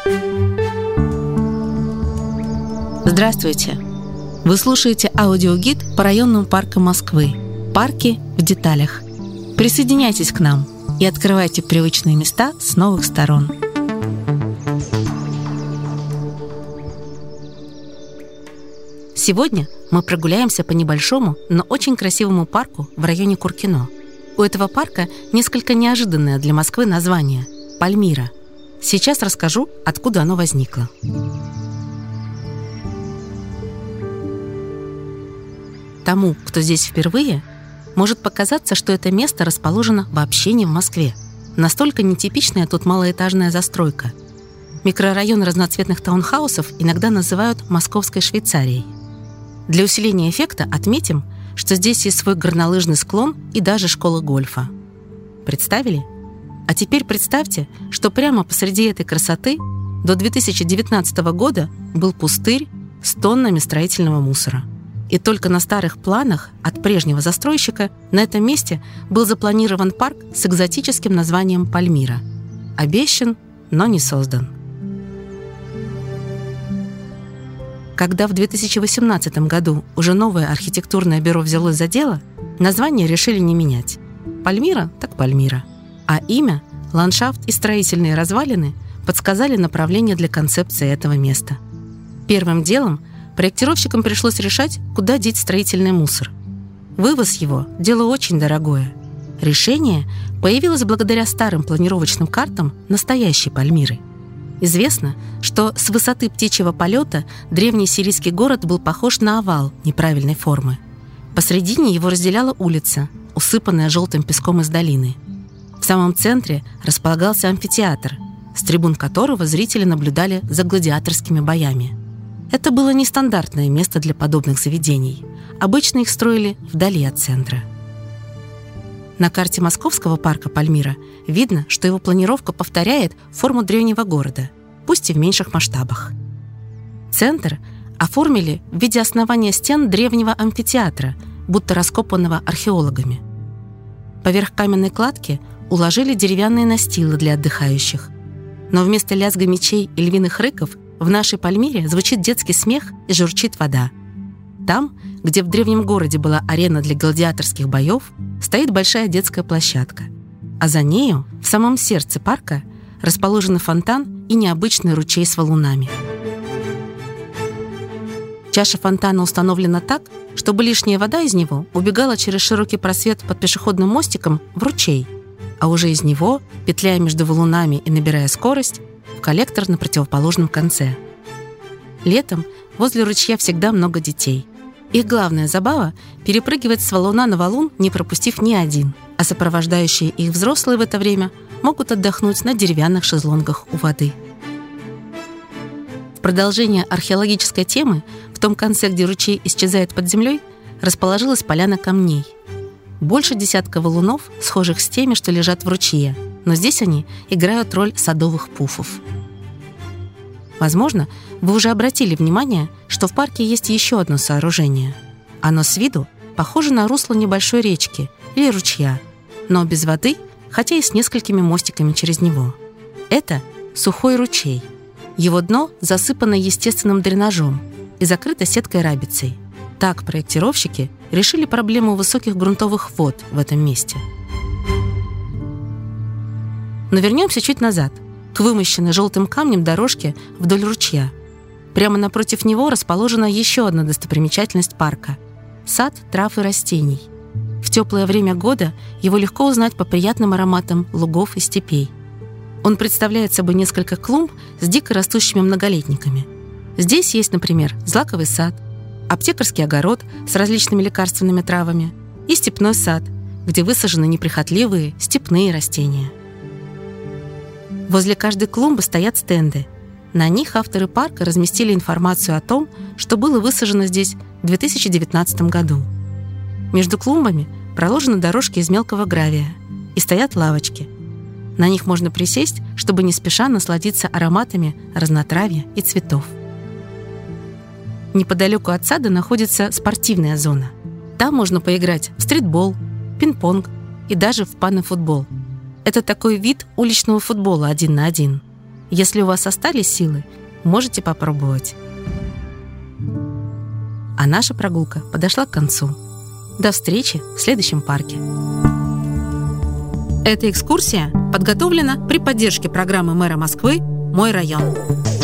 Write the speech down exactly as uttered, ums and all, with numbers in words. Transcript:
Здравствуйте! Вы слушаете аудиогид по районным паркам Москвы. Парки в деталях. Присоединяйтесь к нам и открывайте привычные места с новых сторон. Сегодня мы прогуляемся по небольшому, но очень красивому парку в районе Куркино. У этого парка несколько неожиданное для Москвы название – Пальмира. Сейчас расскажу, откуда оно возникло. Тому, кто здесь впервые, может показаться, что это место расположено вообще не в Москве. Настолько нетипичная тут малоэтажная застройка. Микрорайон разноцветных таунхаусов иногда называют «Московской Швейцарией». Для усиления эффекта отметим, что здесь есть свой горнолыжный склон и даже школа гольфа. Представили? А теперь представьте, что прямо посреди этой красоты до две тысячи девятнадцатого года был пустырь с тоннами строительного мусора. И только на старых планах от прежнего застройщика на этом месте был запланирован парк с экзотическим названием Пальмира. Обещан, но не создан. Когда в две тысячи восемнадцатом году уже новое архитектурное бюро взялось за дело, название решили не менять. Пальмира так Пальмира. А имя, ландшафт и строительные развалины подсказали направление для концепции этого места. Первым делом проектировщикам пришлось решать, куда деть строительный мусор. Вывоз его – дело очень дорогое. Решение появилось благодаря старым планировочным картам настоящей Пальмиры. Известно, что с высоты птичьего полета древний сирийский город был похож на овал неправильной формы. Посредине его разделяла улица, усыпанная желтым песком из долины. В самом центре располагался амфитеатр, с трибун которого зрители наблюдали за гладиаторскими боями. Это было нестандартное место для подобных заведений. Обычно их строили вдали от центра. На карте московского парка Пальмира видно, что его планировка повторяет форму древнего города, пусть и в меньших масштабах. Центр оформили в виде основания стен древнего амфитеатра, будто раскопанного археологами. Поверх каменной кладки уложили деревянные настилы для отдыхающих. Но вместо лязга мечей и львиных рыков в нашей Пальмире звучит детский смех и журчит вода. Там, где в древнем городе была арена для гладиаторских боев, стоит большая детская площадка. А за нею, в самом сердце парка, расположены фонтан и необычный ручей с валунами. Чаша фонтана установлена так, чтобы лишняя вода из него убегала через широкий просвет под пешеходным мостиком в ручей, а уже из него, петляя между валунами и набирая скорость, в коллектор на противоположном конце. Летом возле ручья всегда много детей. Их главная забава – перепрыгивать с валуна на валун, не пропустив ни один, а сопровождающие их взрослые в это время могут отдохнуть на деревянных шезлонгах у воды. В продолжение археологической темы, в том конце, где ручей исчезает под землей, расположилась поляна камней. Больше десятка валунов, схожих с теми, что лежат в ручье, но здесь они играют роль садовых пуфов. Возможно, вы уже обратили внимание, что в парке есть еще одно сооружение. Оно с виду похоже на русло небольшой речки или ручья, но без воды, хотя и с несколькими мостиками через него. Это сухой ручей. Его дно засыпано естественным дренажом и закрыто сеткой рабицей. Так проектировщики решили проблему высоких грунтовых вод в этом месте. Но вернемся чуть назад, к вымощенной желтым камнем дорожке вдоль ручья. Прямо напротив него расположена еще одна достопримечательность парка – сад трав и растений. В теплое время года его легко узнать по приятным ароматам лугов и степей. Он представляет собой несколько клумб с дико растущими многолетниками. Здесь есть, например, злаковый сад, аптекарский огород с различными лекарственными травами и степной сад, где высажены неприхотливые степные растения. Возле каждой клумбы стоят стенды. На них авторы парка разместили информацию о том, что было высажено здесь в две тысячи девятнадцатом году. Между клумбами проложены дорожки из мелкого гравия и стоят лавочки. На них можно присесть, чтобы не спеша насладиться ароматами разнотравья и цветов. Неподалеку от сада находится спортивная зона. Там можно поиграть в стритбол, пинг-понг и даже в панофутбол. Это такой вид уличного футбола один на один. Если у вас остались силы, можете попробовать. А наша прогулка подошла к концу. До встречи в следующем парке. Эта экскурсия подготовлена при поддержке программы мэра Москвы «Мой район».